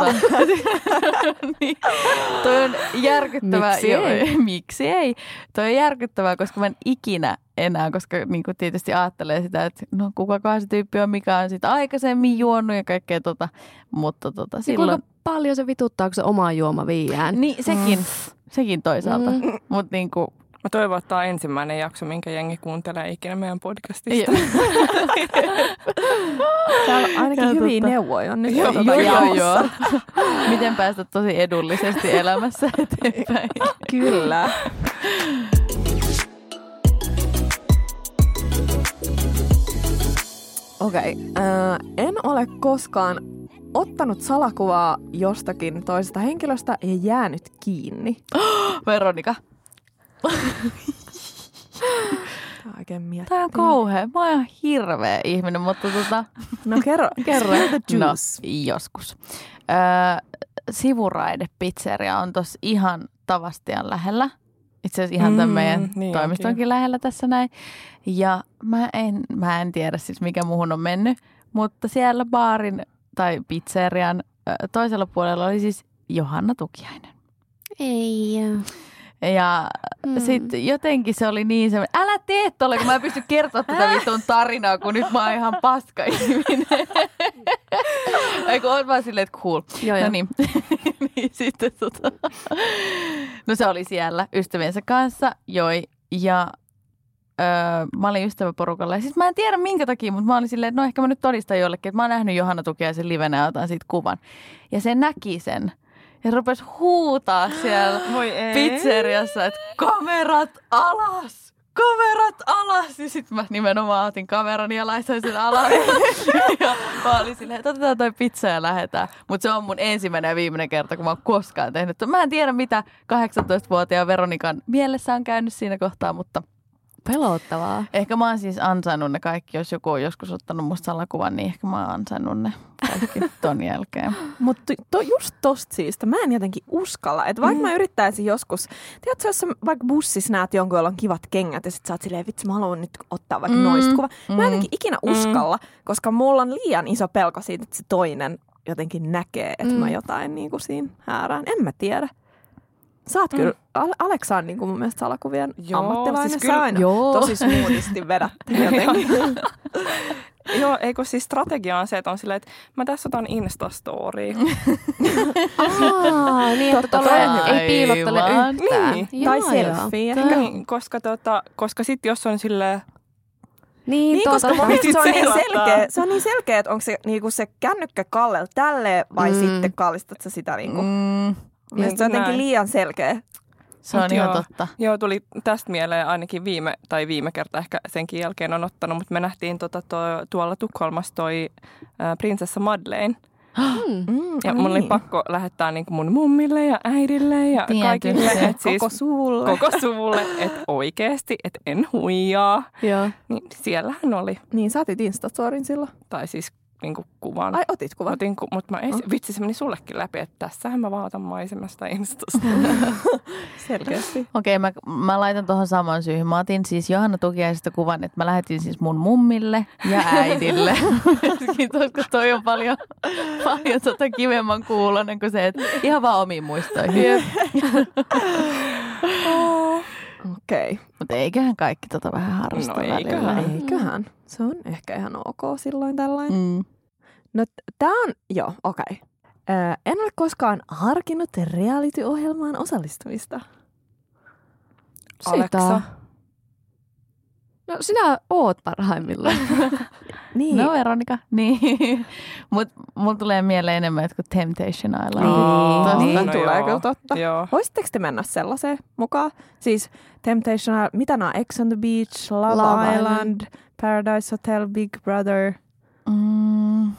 niin, toi on järkyttävää. Miksi ei? Miksi ei? Toi on järkyttävää, koska mä en ikinä enää, koska niin kuin tietysti ajattelee sitä, että no kukakaan se tyyppi on, mikä on sitä aikaisemmin juonut ja kaikkea tota, mutta tota silloin. Kuinka paljon se vituttaa, kun se oma juoma viiään? Niin sekin, mm. sekin toisaalta, Mm. mutta niin kuin. Mä toivon, että tämä on ensimmäinen jakso, minkä jengi kuuntelee ikinä meidän podcastista. Täällä on ainakin Ja hyviä tota- neuvoja on nyt Joo, tuota joo, joo, jaossa. Miten päästä tosi edullisesti elämässä eteenpäin. Kyllä. Okei. Okay. Äh, en ole koskaan ottanut salakuvaa jostakin toisesta henkilöstä ja jäänyt kiinni. Veronika, Tää on oikein miettiä. tää on kauhea. Mä oon ihan hirveä ihminen, mutta tota, No kerro, kerro. The no juice. joskus. Öö, Sivuraide pizzeria on tossa ihan Tavastian lähellä. Itse asiassa ihan tämän Mm, meidän niin toimistonkin onkin. lähellä tässä näin. Ja mä en, mä en tiedä siis mikä muuhun on mennyt, mutta siellä baarin tai pizzerian ö, toisella puolella oli siis Johanna Tukiainen. Ei. Ja Mm. mm. sitten jotenkin se oli niin semmoinen, älä tee tolle, kun mä en pysty kertoa tätä vitun tarinaa, kun nyt mä oon ihan paska ihminen. Ei kun on vaan silleen, että cool. Joo, joo. No niin. niin sitten tota. No se oli siellä ystäviensä kanssa, joi ja öö, mä olin ystäväporukalla. Ja siis mä en tiedä minkä takia, mutta mä olin silleen, että no ehkä mä nyt todistan jollekin, että mä oon nähnyt Johanna Tukiaisen livenä ja otan siitä kuvan. Ja se näki sen. Ja rupesi huutaa siellä Voi ei. pizzeriassa, että kamerat alas, kamerat alas. Ja sitten mä nimenomaan otin kameran ja laitoin sen alas. ja mä olin silleen, että otetaan toi pizza ja lähdetään. Mutta se on mun ensimmäinen ja viimeinen kerta, kun mä oon koskaan tehnyt. Mä en tiedä, mitä kahdeksantoistavuotiaan Veronikan mielessä on käynyt siinä kohtaa, mutta Pelottavaa. ehkä mä oon siis ansainnut ne kaikki. Jos joku on joskus ottanut musta salakuvan, niin ehkä mä oon ansainnut ne kaikki ton jälkeen. Mutta to, just tosta syystä mä en jotenkin uskalla. Että vaikka mm. mä yrittäisin joskus, tiedätkö, jos sä vaikka bussissa näet jonkun, jolla on kivat kengät ja sit sä oot silleen, vitsi mä haluan nyt ottaa vaikka mm. noista kuva. Mä en jotenkin ikinä uskalla, mm. koska mulla on liian iso pelko siitä, että se toinen jotenkin näkee, että Mm. mä jotain niin kuin siinä häärään. En mä tiedä. Sä oot mm. kyllä, Aleksa on niin kuin mun mielestä salakuvien Joo, ammattilainen. siis Sä kyllä- aina Joo. tosi smoothisti vedät jotenkin. Joo, eikö siis strategia on se, että on silleen, että mä tässä otan Instastorya. Aa, niin, että Totta tuolla kai. ei piilottele Aivan. yhtään. Niin. Joo, Tai joo. selfie. Toi- Ehkä. Niin, koska, tota, koska sit jos on silleen, Niin, Niin, koska totta. mun mielestä se on niin Selataan. selkeä, se on niin selkeä, että onko se, niinku se kännykkä kallella tälleen vai Mm. sitten kallistat sä sitä niinku. Mm. Mielestäni se on jotenkin Näin. liian selkeä. Se on Mut ihan joo. totta. Joo, tuli tästä mieleen ainakin viime, tai viime kerta ehkä senkin jälkeen on ottanut, mutta me nähtiin tota, to, tuolla Tukholmassa toi ä, prinsessa Madeleine. Mm. Mm, Ja ai mun oli niin. pakko lähettää niinku mun mummille ja äidille ja Tietysti. kaikille. Et siis Koko suulle. koko suvulle, että oikeesti, että en huijaa. Joo. Niin siellähän oli. Niin, sä otit Instastorin silloin. Tai siis niinku kuvan. Ai, otit kuvan? Otin, ku, mutta mä es, vitsi, se meni sullekin läpi, että tässähän mä vaatan maisemasta Instasta. Selkeästi. Okei, mä, mä laitan tuohon saman syyhyn. Mä otin siis Johanna Tukiaisesta kuvan, että mä lähetin siis mun mummille ja äidille. Kiitos, kun toi on paljon, paljon tota kivemman kuulonen kuin se, että ihan vaan omiin muistoihin. Okei. Okay. Mutta eiköhän kaikki tota vähän harrasta No välillä. eiköhän. Eiköhän. Se on ehkä ihan ok silloin tällainen. Mm. No tää on, joo, okei. Okay. Öö, en ole koskaan harkinnut reality-ohjelmaan osallistumista. Alexa. No sinä oot parhaimmillaan. Niin. No Veronika. Niin. Mut mulla tulee mieleen enemmän jotkut Temptation Island. Niin, Tosta. niin No tulee joo. kyllä totta. Joo. Voisitteko te mennä sellaiseen mukaan? Siis Temptation, mitä nämä on? Ex on the Beach, Love, Love Island, Island. Paradise Hotel, Big Brother. Mm.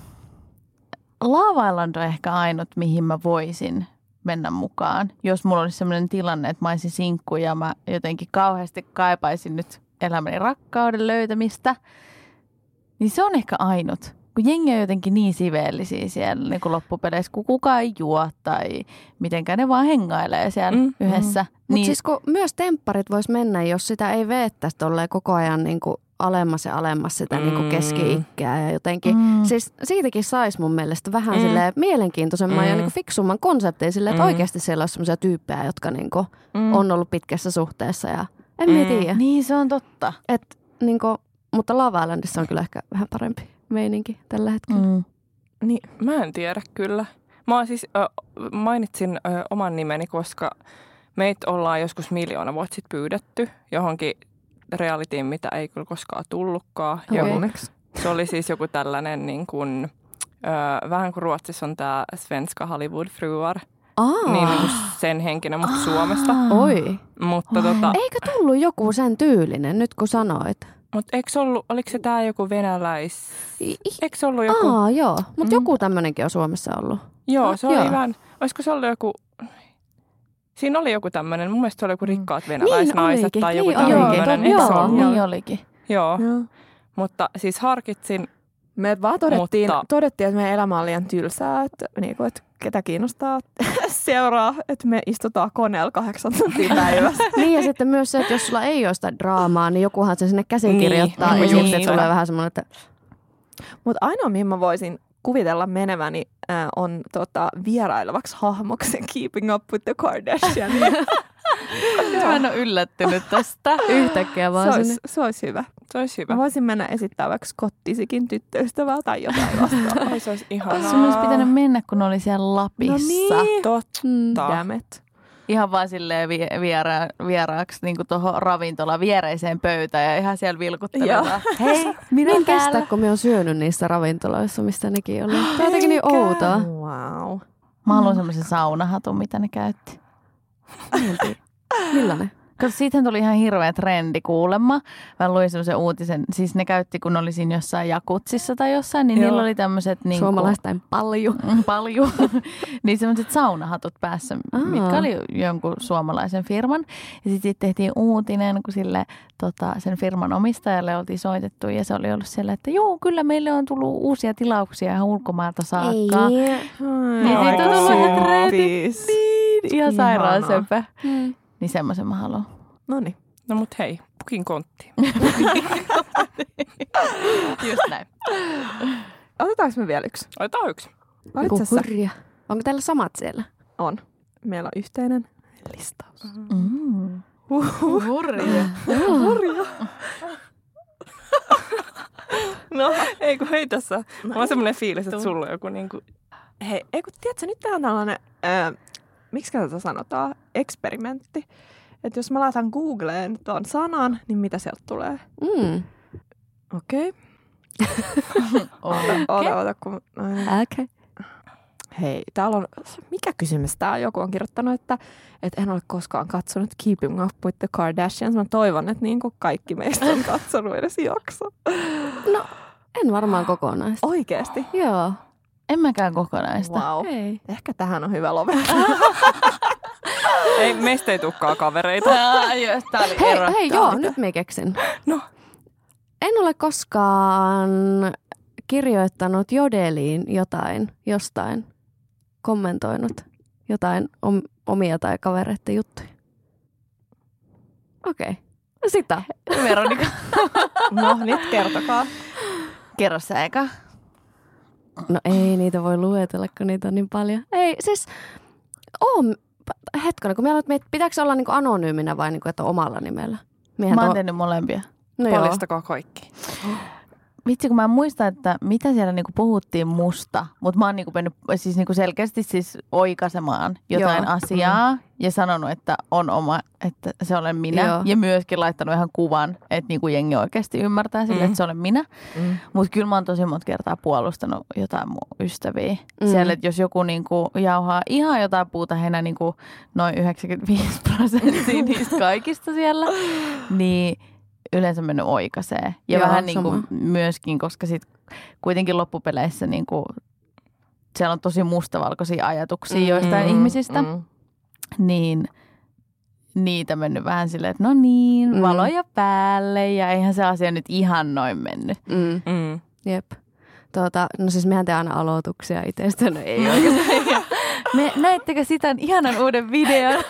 Love Island on ehkä ainut, mihin mä voisin mennä mukaan. Jos mulla olisi sellainen tilanne, että mä olisin sinkku ja mä jotenkin kauheasti kaipaisin nyt elämäni rakkauden löytämistä, niin se on ehkä ainut. Kun jengi on jotenkin niin siveellisiä siellä niin kuin loppupeleissä, kun kukaan ei juo tai mitenkään ne vaan hengailee siellä Mm, mm, yhdessä. Mutta Niin, siis kun myös tempparit vois mennä, jos sitä ei veettäisi tolleen koko ajan niin kuin alemmas ja alemmas sitä mm. niin kuin keski-ikkää ja jotenkin. Mm. Siis siitäkin saisi mun mielestä vähän Mm. mm. silleen mielenkiintoisemman Mm. ja niin kuin fiksumman konseptin silleen, että Mm. oikeasti siellä olisi sellaisia tyyppejä, jotka niin kuin Mm. on ollut pitkässä suhteessa ja en mä Mm. tiedä. niin se on totta. Et, niin kuin, mutta Love Islandissa on kyllä ehkä vähän parempi meininki tällä hetkellä. Mm. Niin. Mä en tiedä kyllä. Mä oon siis, ö, mainitsin ö, oman nimeni, koska meitä ollaan joskus miljoona vuotta sitten pyydetty johonkin realityin, mitä ei kyllä koskaan tullutkaan. Okei. Joku, Onneksi. se oli siis joku tällainen, niin kuin, ö, vähän kuin Ruotsissa on tämä Svenska Hollywood-fruar, Aa, niin, niin kuin sen henkinen, mutta Suomesta. oi. Mutta tota, Eikö tullut joku sen tyylinen nyt kun sanoit? mut eikö se ollut, oliko se tämä joku venäläis... I- Eikö se ollut joku... Aa, joo. Mutta Mm. joku tämmöinenkin on Suomessa ollut. Joo, Ah, se oli joo. vähän... Olisiko se ollut joku... Siinä oli joku tämmöinen, mun mielestä se oli joku rikkaat Niin venäläisnaiset olikin, tai joku niin tämmöinen. olikin. Eikö se Joo. ollut? Niin olikin. Joo, Joo. mutta siis harkitsin, Me vaan todettiin, Mutta- todettiin, että meidän elämä on liian tylsää, että, niin kuin, että ketä kiinnostaa seuraa, että me istutaan koneella kahdeksan tuntia päivässä. Niin ja sitten myös se, että jos sulla ei ole sitä draamaa, niin jokuhan se sinne käsikirjoittaa Niin, ja niin, sitten niin. tulee vähän semmoinen, että Mutta ainoa, mihin mä voisin kuvitella meneväni, äh, on tota, vierailevaksi hahmoksi Keeping Up with the Kardashians. Mä en ole yllättynyt tästä. yhtäkkiä se, vaan sinne. olisi, se olisi hyvä. se olisi hyvä. Mä voisin mennä esittää vaikka Skottisikin tyttöystävää tai jotain vastaavaa. Ai, se olisi ihanaa. Sun olisi pitänyt mennä, kun oli siellä Lapissa. No niin. Totta. Mm. Damn it. Ihan vaan silleen vie, viera, vieraaksi niin tuohon ravintola viereiseen pöytään ja ihan siellä vilkuttelemaan. Hei, minä Minä en täällä. kestä, kun me on syönyt niissä ravintoloissa, mistä nekin oli. Tämä on jotenkin niin outoa. Wow. Mä haluan semmoisen saunahatun, mitä ne käytti. Millainen? Kato, siitähän tuli ihan hirveä trendi kuulemma. Mä luin semmoisen uutisen, siis ne käytti, kun oli siinä jossain jakutsissa tai jossain, niin Joo. niillä oli tämmöiset niin Suomalaistain paljon. paljon, niin semmoiset saunahatut päässä, Aa. mitkä oli jonkun suomalaisen firman. Ja sitten sit tehtiin uutinen, kun sille tota, sen firman omistajalle oltiin soitettu ja se oli ollut siellä, että joo, kyllä meille on tullut uusia tilauksia ihan ulkomailta saakka. Ei. Niin Ai, siitä on tullut ihan aika trendi. sympis. Niin, ihan sairaan Ihanaa. söpö. Mm. Niin semmoisen mä haluan. Noniin. No mut hei, pukin kontti. Just näin. Otetaanko me vielä yksi? Otetaan yksi. Valitsessa hurja. Onko teillä samat siellä? on. Meillä on yhteinen listaus. Mm. Hurja. Hurja. No, ei kun hei tässä. Mulla on semmoinen fiilis, että sulla on joku niinku... Hei, ei kun tiedätkö, nyt tää on tällainen, äh, miksi tätä sanotaan, eksperimentti. Että jos mä laitan Googleen tuon sanan, niin mitä sieltä tulee? Mm. Okei. Okay. Ota, ota, kun... Okay. hei, täällä on, mikä kysymys tää on? Joku on kirjoittanut, että, että en ole koskaan katsonut Keeping Up with the Kardashians. Mä toivon, että niin kuin kaikki meistä on katsonut edes jakso. No, en varmaan kokonaista. Oikeesti? Joo. En mäkään kokonaista. Wow. Ei. Ehkä tähän on hyvä lopettaa. Ei, meistä ei tukkaa kavereita. Tää oli Hei, ero. hei joo, nyt mä keksin. No. En ole koskaan kirjoittanut Jodeliin jotain, jostain, kommentoinut jotain om, omia tai kavereiden juttuja. Okei. Okay. Sitä. Veronika. No, nyt kertokaa. Kerro sä eka. No ei niitä voi luetella, kun niitä on niin paljon. Ei, siis oon, hetkonen, kun meillä on, että pitääkö olla niinku anonyyminä vai niinku, että omalla nimellä? Miehän Mä oon to... tehnyt molempia. No joo. Paljastakaa kaikki. Vitsi, kun mä en muista, että mitä siellä niinku puhuttiin musta, mutta mä oon niinku mennyt siis niinku selkeästi siis oikaisemaan jotain Joo. asiaa mm. ja sanonut, että on oma, että se olen minä. Joo. Ja myöskin laittanut ihan kuvan, että niinku jengi oikeasti ymmärtää sille, Mm. että se olen minä. Mm. Mutta kyllä mä oon tosi monta kertaa puolustanut jotain mun ystäviä. Mm. Siellä, että jos joku niinku jauhaa ihan jotain puuta heinä niinku noin yhdeksänkymmentäviisi prosenttia niistä kaikista siellä, niin yleensä mennyt oikaisee. Ja Joo, vähän niin kuin sama. myöskin, koska sit kuitenkin loppupeleissä niin kuin, siellä on tosi mustavalkoisia ajatuksia Mm, joistain mm, ihmisistä, mm. niin niitä mennyt vähän silleen, että no niin, Mm. valoja päälle ja eihän se asia nyt ihan noin mennyt. Mm, Mm. jep. Tuota, no siis mehän teemme aina aloituksia itsestä, no ei oikeastaan. Me, näittekö sitä ihanan uuden videon?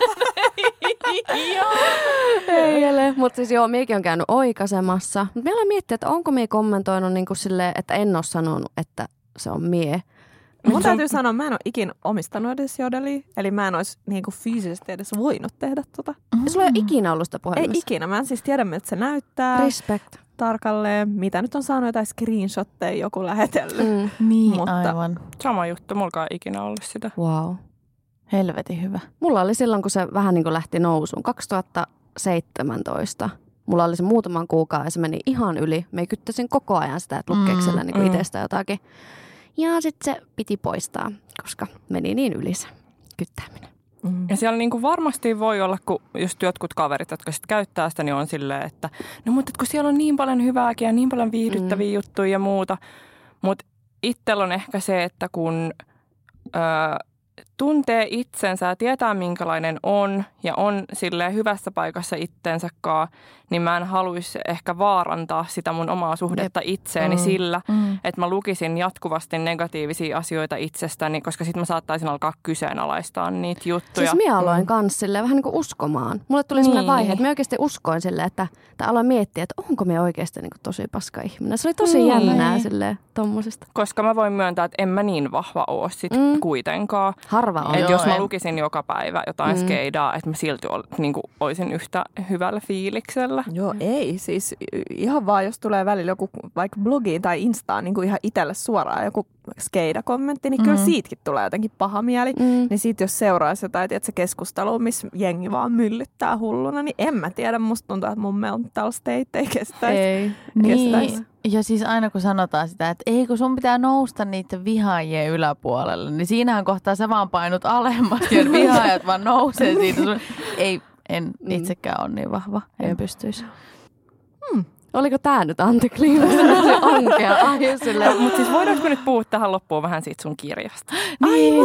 Ei ole. Mutta siis joo, miekin on käynyt oikaisemassa. Mutta meillä on miettinyt, että onko mie kommentoinut niin kuin silleen, että en ole sanonut, että se on mie. Mun täytyy sanoa, mä en ole ikin omistanut edes Jodelia. Eli mä en olisi niinku fyysisesti edes voinut tehdä tota. Ja sulla ei ole ikinä ollut sitä Ei puhelimessa. ikinä. Mä en siis tiedä, miltä se näyttää Respect. tarkalleen. Mitä nyt on saanut jotain screenshotteja joku lähetellyt. Mm. Niin, Mutta- aivan. Sama juttu, mulkaan ei ikinä ollut sitä. Wow. Helvetin hyvä. Mulla oli silloin, kun se vähän niin kuin lähti nousuun, kaksituhattaseitsemäntoista. Mulla oli se muutaman kuukauden ja se meni ihan yli. Me kyttäsin koko ajan sitä, että lukkeeko siellä Mm, niin kuin mm. itsestä jotakin. Ja sitten se piti poistaa, koska meni niin yli se kyttääminen. Mm. Ja siellä niinku varmasti voi olla, kun just jotkut kaverit, jotka sit käyttää sitä, niin on silleen, että no mutta kun siellä on niin paljon hyvääkin ja niin paljon viihdyttäviä mm. juttuja ja muuta. Mutta itsellä on ehkä se, että kun ö, tuntee itsensä ja tietää minkälainen on ja on silleen hyvässä paikassa itsensäkaan, niin mä en haluaisi ehkä vaarantaa sitä mun omaa suhdetta itseeni Mm. sillä, Mm. että mä lukisin jatkuvasti negatiivisia asioita itsestäni, koska sitten mä saattaisin alkaa kyseenalaistaa niitä juttuja. Siis minä aloin kans silleen vähän niin kuin uskomaan. Mulle tuli Niin. sellainen vaihe, että mä oikeasti uskoin silleen, että, että aloin miettiä, että onko me oikeasti niin kuin tosi paska ihminen. Se oli tosi Niin. jännää silleen tommosesta. Koska mä voin myöntää, että en mä niin vahva oo sit Mm. kuitenkaan. Harva on. Että Joo, jos mä en. lukisin joka päivä jotain Mm. mm. skeidaa, että mä silti ol, niin kuin, olisin yhtä hyvällä fiiliksellä. Joo, ei. Siis ihan vaan, jos tulee välillä joku vaikka blogiin tai Instaan niin kuin ihan itselle suoraan joku skeida-kommentti, niin kyllä Mm. siitäkin tulee jotenkin paha mieli. Mm. Niin sit jos seuraisi jotain, tiedätkö, keskustelua, missä jengi vaan myllyttää hulluna, niin en mä tiedä. Musta tuntuu, että mun mental state ei kestäisi. Ei. Niin, kestäisi. ja siis aina kun sanotaan sitä, että ei kun sun pitää nousta niiden vihaajien yläpuolelle, niin siinähän kohtaa sä vaan painut alemmas ja vihaajat vaan nousee siitä. Sun... Ei, en itsekään ole niin vahva, en Jep. pystyisi. Oliko tää nyt antikliimaksi? Se onkea. Ai silleen. Mutta siis voidaanko nyt puhua tähän loppuun vähän siitä sun kirjasta? Niin.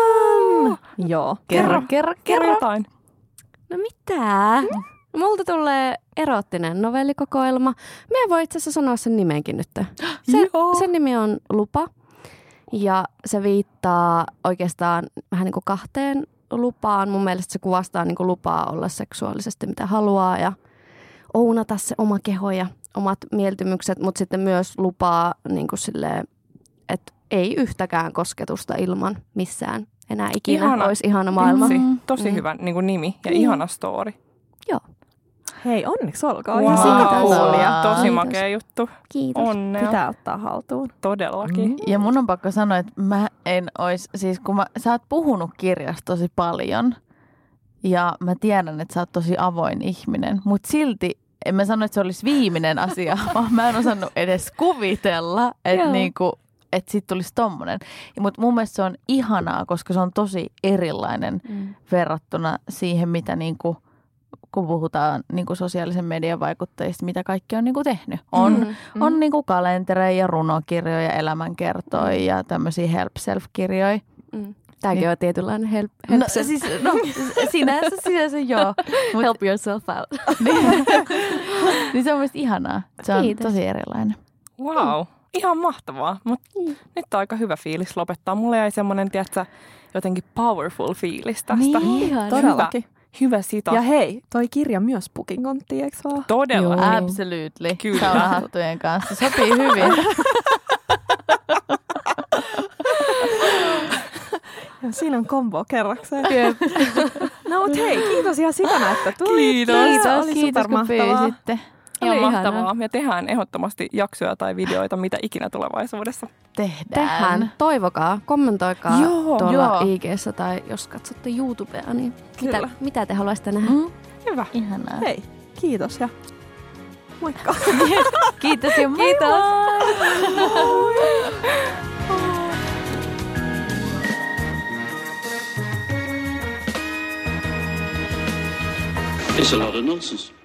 Joo. Kerro, kerro, Kerro kerro. jotain. No mitä? Multa tulee erottinen novellikokoelma. Mä voin itse asiassa sanoa sen nimenkin nyt. Se, sen nimi on Lupa. Ja se viittaa oikeastaan vähän niin kuin kahteen lupaan. Mun mielestä se kuvastaa niin kuin lupaa olla seksuaalisesti mitä haluaa ja ounata se oma keho ja omat mieltymykset, mutta sitten myös lupaa niin kuin silleen, että ei yhtäkään kosketusta ilman missään enää ikinä. Ihana. Olisi ihana maailma. Vitsi, Mm. tosi Mm. hyvä niin kuin nimi ja Mm. ihana story. Joo, Hei, onneksi olkoon. Wow. Ihan Kiitos. sikacoolia. Tosi Kiitos. makea juttu. kiitos. Onnea. Pitää ottaa haltuun. Todellakin. Mm. Ja mun on pakko sanoa, että mä en ois, siis kun mä, sä oot puhunut kirjasta tosi paljon ja mä tiedän, että sä oot tosi avoin ihminen, mutta silti en mä sano, että se olisi viimeinen asia, vaan mä en osannut edes kuvitella, että Joo. niinku että sitten tulisi tommonen. Mutta mun mielestä se on ihanaa, koska se on tosi erilainen mm. verrattuna siihen, mitä niinku, kun puhutaan niinku sosiaalisen median vaikuttajista, mitä kaikki on niinku tehnyt. On, mm-hmm. on niinku kalentereja ja runokirjoja, elämänkertoja ja tämmöisiä help self-kirjoja. Mm. Tämäkin niin. on tietynlainen help, help no, siis, no, sinänsä, sinänsä joo. Mut, help yourself out. niin, niin se on mielestäni ihanaa. Se on Kiitos. Tosi erilainen. Wow, mm. ihan mahtavaa. Mut mm. nyt on aika hyvä fiilis lopettaa. Mulle jäi semmoinen, tiedätkö, jotenkin powerful fiilis tästä. Niin, hyvä, todellakin. Hyvä sita. Ja hei, toi kirja myös pukin konttiin, eikö vaan? Todella. Joo. Absolutely. Kyllä. Saunahattujen kanssa. Sopii hyvin. Ja siinä on kombo kerrakseen. Jep. No mut hei, kiitos ihan sikana, että tulit. Kiitos. Kiitos, oli kiitos kun pyysitte. Ihan mahtavaa. Me tehdään ehdottomasti jaksoja tai videoita, mitä ikinä tulevaisuudessa. Tehdään. Tehdään. Toivokaa, kommentoikaa joo, tuolla joo. I G:ssä tai jos katsotte YouTubea, niin mitä, Kyllä. mitä te haluaisitte nähdä? Mm. Hyvä. Ihanaa. Hei, kiitos ja moikka. Kiitos ja moi. Kiitos. It's a lot of nonsense.